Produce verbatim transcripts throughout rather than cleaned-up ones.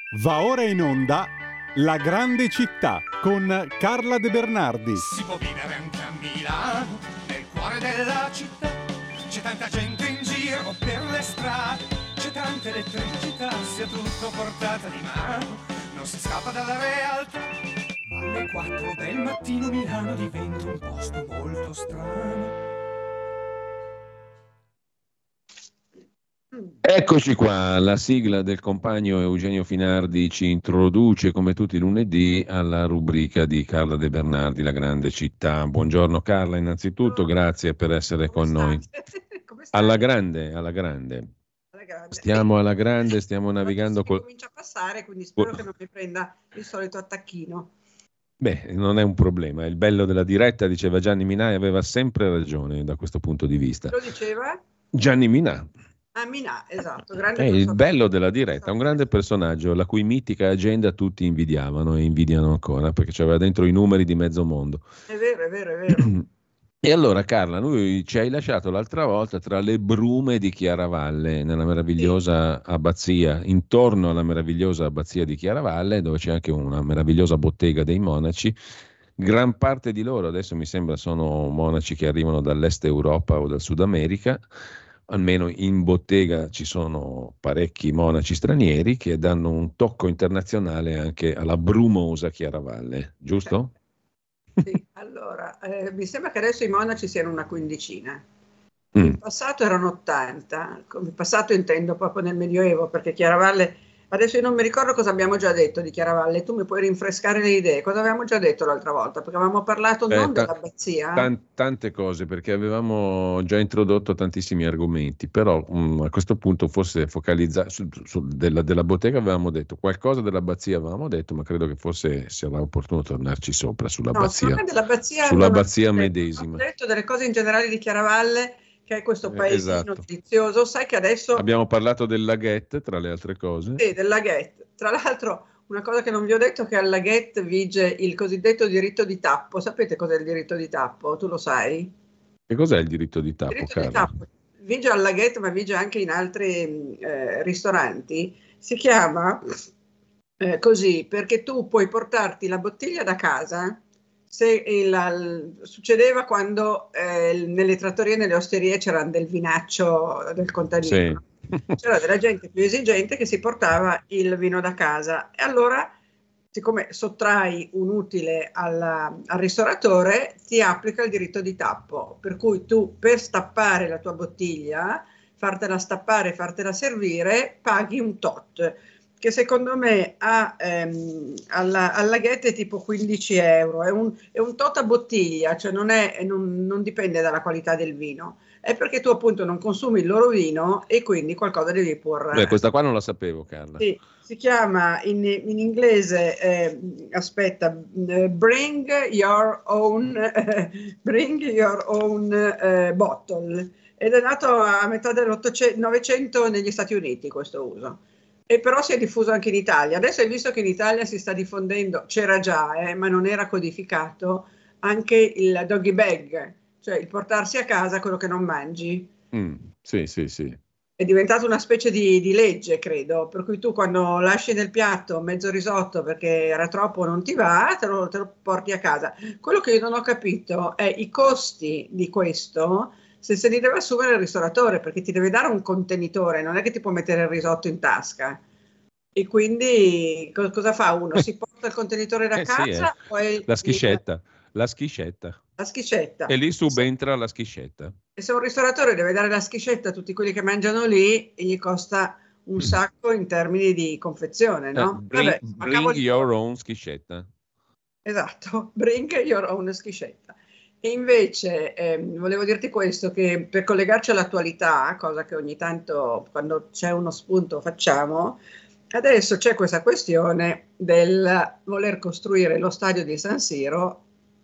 Va ora in onda La grande città con Carla De Bernardi. Si può vivere anche a Milano, nel cuore della città. C'è tanta gente in giro per le strade, c'è tanta elettricità, sia tutto portata di mano, non si scappa dalla realtà. Ma alle quattro del mattino Milano diventa un posto molto strano. Eccoci qua, la sigla del compagno Eugenio Finardi ci introduce come tutti i lunedì alla rubrica di Carla De Bernardi, La grande città. Buongiorno Carla, innanzitutto grazie per essere Come con noi. Come stai? Alla grande, alla grande. Alla grande. Stiamo alla grande, stiamo navigando col... col... comincia a passare, quindi spero che non mi prenda il solito attacchino. Beh, non è un problema, è il bello della diretta, diceva Gianni Minà e aveva sempre ragione da questo punto di vista. Lo diceva? Gianni Minà. Ah, Minà, esatto. Grande È il bello della diretta, un grande personaggio la cui mitica agenda tutti invidiavano e invidiano ancora perché c'aveva dentro i numeri di mezzo mondo. È vero, è vero, è vero. E allora Carla, lui ci hai lasciato l'altra volta tra le brume di Chiaravalle, nella meravigliosa sì. abbazia, intorno alla meravigliosa abbazia di Chiaravalle, dove c'è anche una meravigliosa bottega dei monaci. Gran parte di loro adesso mi sembra sono monaci che arrivano dall'est Europa o dal Sud America. Almeno in bottega ci sono parecchi monaci stranieri che danno un tocco internazionale anche alla brumosa Chiaravalle, giusto? Sì, allora, eh, mi sembra che adesso i monaci siano una quindicina. Mm. In passato erano ottanta, in passato intendo proprio nel Medioevo, perché Chiaravalle, adesso io non mi ricordo cosa abbiamo già detto di Chiaravalle, tu mi puoi rinfrescare le idee, cosa avevamo già detto l'altra volta, perché avevamo parlato Beh, non ta- dell'abbazia. tan- tante cose, perché avevamo già introdotto tantissimi argomenti, però um, a questo punto forse focalizzare su, su della, della bottega avevamo detto, qualcosa dell'abbazia avevamo detto, ma credo che forse sarà opportuno tornarci sopra sull'abbazia, No, dell'abbazia, sull'abbazia non ho medesima. Ho detto delle cose in generale di Chiaravalle, che è questo paesino esatto. delizioso, sai che adesso... Abbiamo parlato del laghetto, tra le altre cose. Sì, del laghetto. Tra l'altro, una cosa che non vi ho detto è che al laghetto vige il cosiddetto diritto di tappo. Sapete cos'è il diritto di tappo? Tu lo sai? Che cos'è il diritto di tappo, Il diritto Carla? di tappo vige al laghetto, ma vige anche in altri eh, ristoranti. Si chiama eh, così perché tu puoi portarti la bottiglia da casa. Se il, il, succedeva quando eh, nelle trattorie e nelle osterie c'era del vinaccio del contadino. Sì. C'era della gente più esigente che si portava il vino da casa e allora, siccome sottrai un utile alla, al ristoratore, ti applica il diritto di tappo, per cui tu per stappare la tua bottiglia, fartela stappare e fartela servire, paghi un tot, che secondo me a, ehm, alla, alla Ghette è tipo quindici euro, è un, è un tot a bottiglia, cioè non, è, non, non dipende dalla qualità del vino, è perché tu appunto non consumi il loro vino e quindi qualcosa devi porre. Beh, questa qua non la sapevo, Carla. Sì, si chiama in, in inglese, eh, aspetta, bring your own, eh, bring your own eh, bottle, ed è nato a metà del Novecento negli Stati Uniti questo uso. E però si è diffuso anche in Italia. Adesso hai visto che in Italia si sta diffondendo, c'era già, eh, ma non era codificato, anche il doggy bag, cioè il portarsi a casa quello che non mangi. Mm, sì, sì, sì. È diventato una specie di, di legge, credo, per cui tu quando lasci nel piatto mezzo risotto perché era troppo non ti va, te lo, te lo porti a casa. Quello che io non ho capito è i costi di questo, se se li deve assumere il ristoratore, perché ti deve dare un contenitore, non è che ti può mettere il risotto in tasca. E quindi co- cosa fa uno? Si porta il contenitore da eh casa sì, eh. o è la schiscetta, la schiscetta. La schiscetta. E lì subentra la schiscetta. E se un ristoratore deve dare la schiscetta a tutti quelli che mangiano lì, gli costa un sacco in termini di confezione, no? Uh, bring Vabbè, bring your own schiscetta. Esatto, bring your own schiscetta. E invece eh, volevo dirti questo, che per collegarci all'attualità, cosa che ogni tanto quando c'è uno spunto facciamo, adesso c'è questa questione del voler costruire lo stadio di San Siro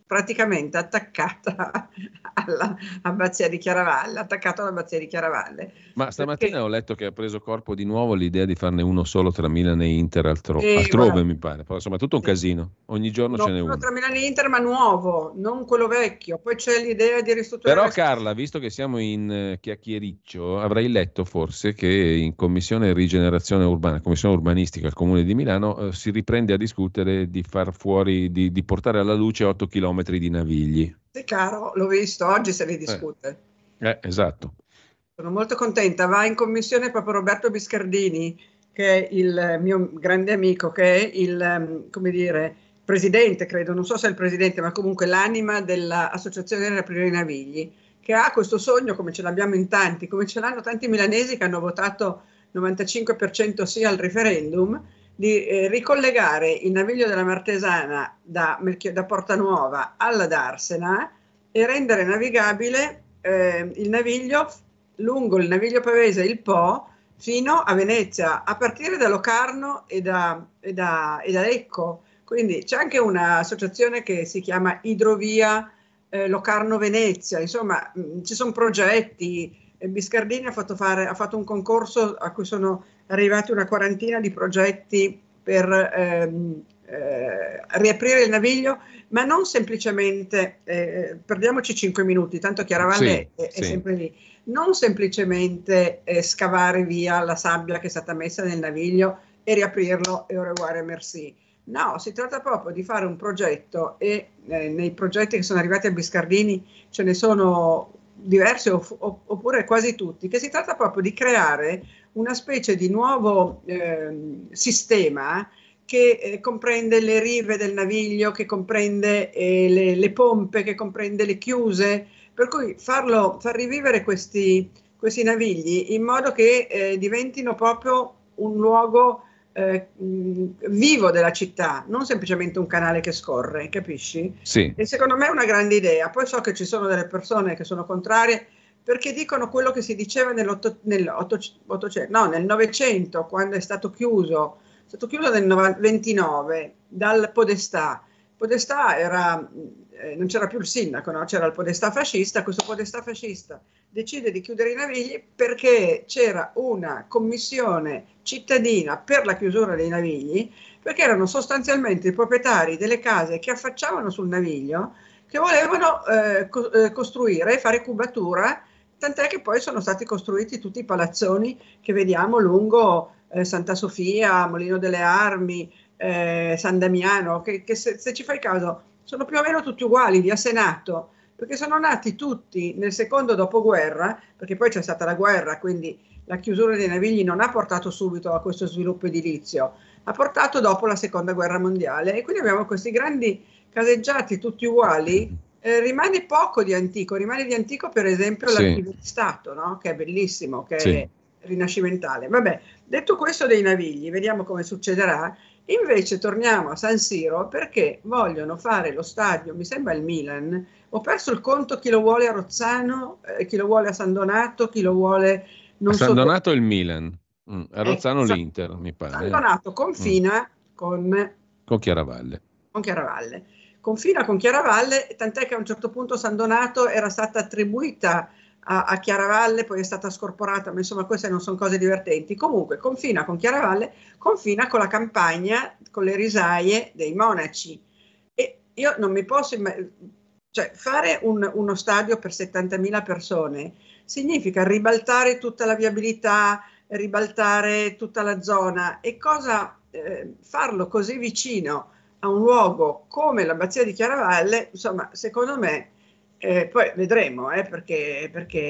praticamente attaccata all'abbazia di Chiaravalle, attaccato all'abbazia di Chiaravalle. Ma stamattina Perché... ho letto che ha preso corpo di nuovo l'idea di farne uno solo tra Milan e Inter altro... sì, altrove, guarda, mi pare. Poi, insomma, tutto un sì. casino. Ogni giorno No, ce n'è uno uno. tra Milano e Inter, ma nuovo, non quello vecchio. Poi c'è l'idea di ristrutturare. Però Carla, visto che siamo in eh, chiacchiericcio, avrai letto forse che in Commissione Rigenerazione Urbana, Commissione Urbanistica al Comune di Milano, eh, si riprende a discutere di far fuori, di, di portare alla luce otto chilometri di navigli. Sì, caro, l'ho visto, oggi se ne Eh, discute. eh, esatto. Sono molto contenta. Va in commissione proprio Roberto Biscardini, che è il mio grande amico, che è il, um, come dire, presidente, credo, non so se è il presidente, ma comunque l'anima dell'Associazione della Riaprire i Navigli, che ha questo sogno, come ce l'abbiamo in tanti, come ce l'hanno tanti milanesi che hanno votato novantacinque per cento sì al referendum, di eh, ricollegare il naviglio della Martesana da, da Porta Nuova alla Darsena e rendere navigabile eh, il naviglio lungo il naviglio pavese il Po fino a Venezia, a partire da Locarno e da, e da, e da Lecco. Quindi c'è anche un'associazione che si chiama Idrovia eh, Locarno-Venezia, insomma mh, ci sono progetti. Biscardini ha fatto, fare, ha fatto un concorso a cui sono arrivati una quarantina di progetti per ehm, eh, riaprire il naviglio, ma non semplicemente, eh, perdiamoci cinque minuti, tanto Chiaravalle sì, è, sì. è sempre lì, non semplicemente eh, scavare via la sabbia che è stata messa nel naviglio e riaprirlo e au revoir merci. No, si tratta proprio di fare un progetto e eh, nei progetti che sono arrivati a Biscardini ce ne sono diversi oppure quasi tutti, che si tratta proprio di creare una specie di nuovo eh, sistema che eh, comprende le rive del naviglio, che comprende eh, le, le pompe, che comprende le chiuse, per cui farlo, far rivivere questi, questi navigli in modo che eh, diventino proprio un luogo eh, mh, vivo della città, non semplicemente un canale che scorre, capisci? Sì. E secondo me è una grande idea. Poi so che ci sono delle persone che sono contrarie perché dicono quello che si diceva nell'otto, nell'ottocento, no, nel Novecento, quando è stato chiuso, è stato chiuso nel ventinove dal Podestà. Podestà era, eh, non c'era più il sindaco, no? C'era il Podestà fascista. Questo Podestà fascista decide di chiudere i navigli perché c'era una commissione cittadina per la chiusura dei navigli, perché erano sostanzialmente i proprietari delle case che affacciavano sul naviglio che volevano eh, co- eh, costruire e fare cubatura, tant'è che poi sono stati costruiti tutti i palazzoni che vediamo lungo eh, Santa Sofia, Molino delle Armi, eh, San Damiano, che, che se, se ci fai caso sono più o meno tutti uguali, via Senato, perché sono nati tutti nel secondo dopoguerra, perché poi c'è stata la guerra, quindi la chiusura dei navigli non ha portato subito a questo sviluppo edilizio, ha portato dopo la seconda guerra mondiale, e quindi abbiamo questi grandi caseggiati tutti uguali. Eh, rimane poco di antico, rimane di antico per esempio sì. l'archivio di Stato, no? Che è bellissimo, che sì. è rinascimentale. Vabbè, detto questo dei navigli, vediamo come succederà. Invece torniamo a San Siro perché vogliono fare lo stadio, mi sembra il Milan, ho perso il conto chi lo vuole a Rozzano, eh, chi lo vuole a San Donato, chi lo vuole non a San so Donato dove. il Milan, mm. a Rozzano eh, l'Inter mi pare. San Donato confina mm. con, con Chiaravalle. Con Chiaravalle. Confina con Chiaravalle, tant'è che a un certo punto San Donato era stata attribuita a, a Chiaravalle, poi è stata scorporata, ma insomma queste non sono cose divertenti. Comunque confina con Chiaravalle, confina con la campagna, con le risaie dei monaci. E io non mi posso immaginare, cioè fare un, uno stadio per settantamila persone significa ribaltare tutta la viabilità, ribaltare tutta la zona, e cosa eh, farlo così vicino a un luogo come l'abbazia di Chiaravalle, insomma, secondo me, eh, poi vedremo, eh, perché,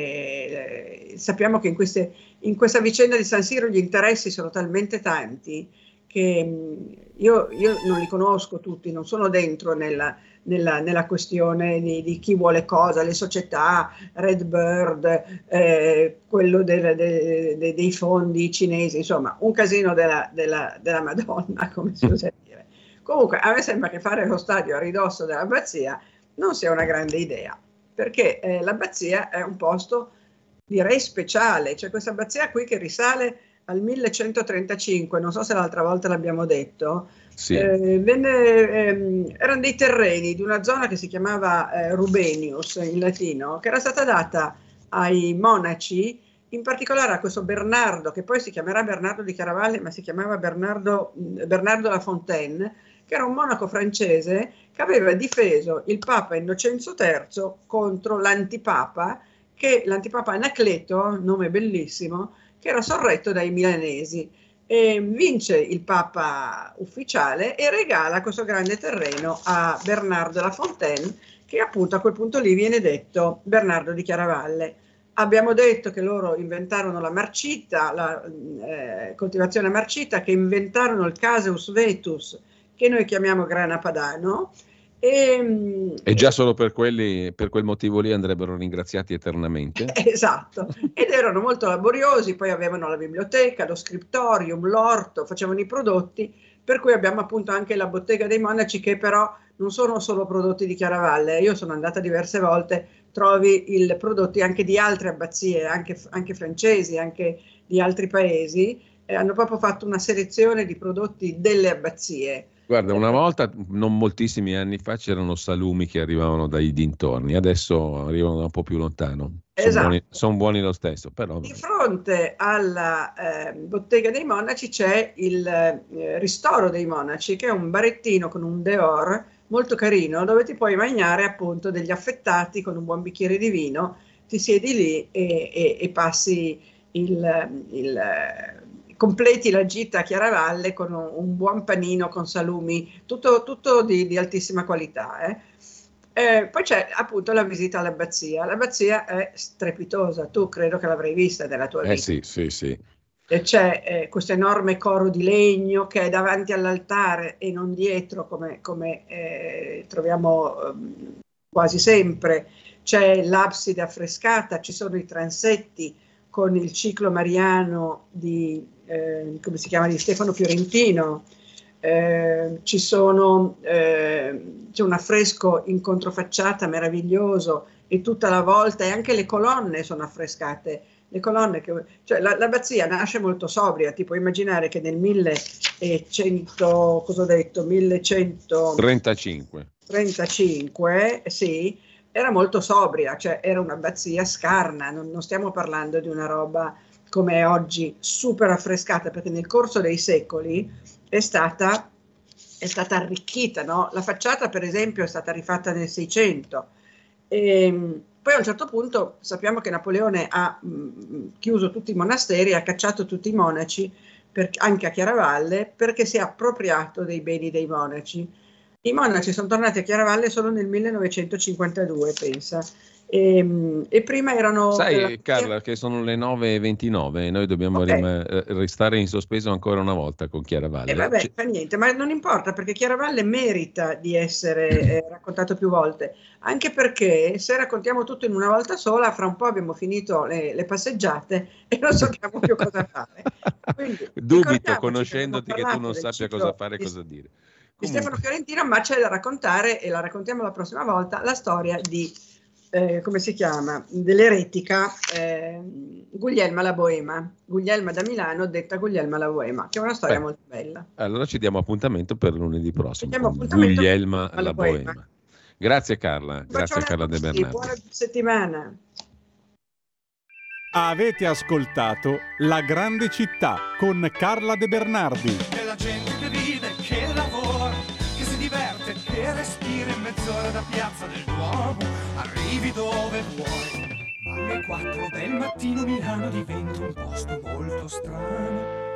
perché eh, sappiamo che in, queste, in questa vicenda di San Siro gli interessi sono talmente tanti che mh, io, io non li conosco tutti, non sono dentro nella, nella, nella questione di, di chi vuole cosa, le società, Redbird, eh, quello del, de, de, dei fondi cinesi, insomma, un casino della, della, della Madonna, come si usa dire. Comunque a me sembra che fare lo stadio a ridosso dell'abbazia non sia una grande idea, perché eh, l'abbazia è un posto, direi, speciale. C'è questa abbazia qui che risale al millecentotrentacinque, non so se l'altra volta l'abbiamo detto, Sì. eh, venne, ehm, erano dei terreni di una zona che si chiamava eh, Rubenius in latino, che era stata data ai monaci, in particolare a questo Bernardo, che poi si chiamerà Bernardo di Chiaravalle, ma si chiamava Bernardo, Bernardo La Fontaine, che era un monaco francese che aveva difeso il Papa Innocenzo terzo contro l'antipapa, che l'antipapa Anacleto, nome bellissimo, che era sorretto dai milanesi. E vince il Papa ufficiale e regala questo grande terreno a Bernardo La Fontaine, che appunto a quel punto lì viene detto Bernardo di Chiaravalle. Abbiamo detto che loro inventarono la marcita, la eh, coltivazione marcita, che inventarono il Caseus vetus, che noi chiamiamo grana padano. E, e già solo per, quelli, per quel motivo lì andrebbero ringraziati eternamente. Esatto, ed erano molto laboriosi, poi avevano la biblioteca, lo scriptorium, l'orto, facevano i prodotti, per cui abbiamo appunto anche la bottega dei monaci, che però non sono solo prodotti di Chiaravalle. Io sono andata diverse volte, trovi i prodotti anche di altre abbazie, anche, anche francesi, anche di altri paesi, eh, hanno proprio fatto una selezione di prodotti delle abbazie. Guarda, una volta, non moltissimi anni fa, c'erano salumi che arrivavano dai dintorni, adesso arrivano da un po' più lontano. Sono, esatto. buoni, sono buoni lo stesso, però. Di fronte alla eh, bottega dei monaci c'è il eh, ristoro dei monaci, che è un barettino con un dehors molto carino, dove ti puoi mangiare appunto degli affettati con un buon bicchiere di vino, ti siedi lì e, e, e passi il... il completi la gita a Chiaravalle con un, un buon panino con salumi, tutto, tutto di, di altissima qualità. Eh. Eh, poi c'è appunto la visita all'abbazia. L'abbazia è strepitosa, tu credo che l'avrai vista nella tua vita. Eh sì, sì, sì. E c'è eh, questo enorme coro di legno che è davanti all'altare e non dietro, come, come eh, troviamo eh, quasi sempre. C'è l'abside affrescata, ci sono i transetti con il ciclo mariano di Eh, come si chiama, di Stefano Fiorentino, eh, ci sono, eh, c'è un affresco in controfacciata meraviglioso e tutta la volta, e anche le colonne sono affrescate. Le colonne che, cioè la, l'abbazia nasce molto sobria, ti puoi immaginare che nel millecento, cosa ho detto, millecentotrentacinque trentacinque, sì, era molto sobria, cioè era un'abbazia scarna, non, non stiamo parlando di una roba come è oggi super affrescata, perché nel corso dei secoli è stata, è stata arricchita, no? La facciata per esempio è stata rifatta nel Seicento, e poi a un certo punto sappiamo che Napoleone ha mh, chiuso tutti i monasteri, ha cacciato tutti i monaci, per, anche a Chiaravalle, perché si è appropriato dei beni dei monaci. I monaci sono tornati a Chiaravalle solo nel millenovecentocinquantadue, pensa. E, e prima erano... Sai della... Carla che sono le nove e ventinove e noi dobbiamo okay. rim- restare in sospeso ancora una volta con Chiaravalle. E vabbè, C- fa niente, ma non importa, perché Chiaravalle merita di essere eh, raccontato più volte, anche perché se raccontiamo tutto in una volta sola, fra un po' abbiamo finito le, le passeggiate e non sappiamo più cosa fare. Quindi, dubito, conoscendoti, che tu non sappia ciclo, cosa fare e di, cosa dire. Di Stefano Fiorentino, ma c'è da raccontare, e la raccontiamo la prossima volta, la storia di Eh, come si chiama, dell'eretica eh, Guglielma la Boema, Guglielma da Milano, detta Guglielma la Boema, che è una storia Beh, molto bella. Allora ci diamo appuntamento per lunedì prossimo con appuntamento Guglielma alla la Boema. Boema. Grazie Carla, grazie Carla De Bernardi. Buona settimana. Avete ascoltato La Grande Città con Carla De Bernardi. E la gente che vive, che lavora, che si diverte, che respira in mezz'ora da Piazza del Duomo. Arrivi dove vuoi, ma alle quattro del mattino Milano diventa un posto molto strano.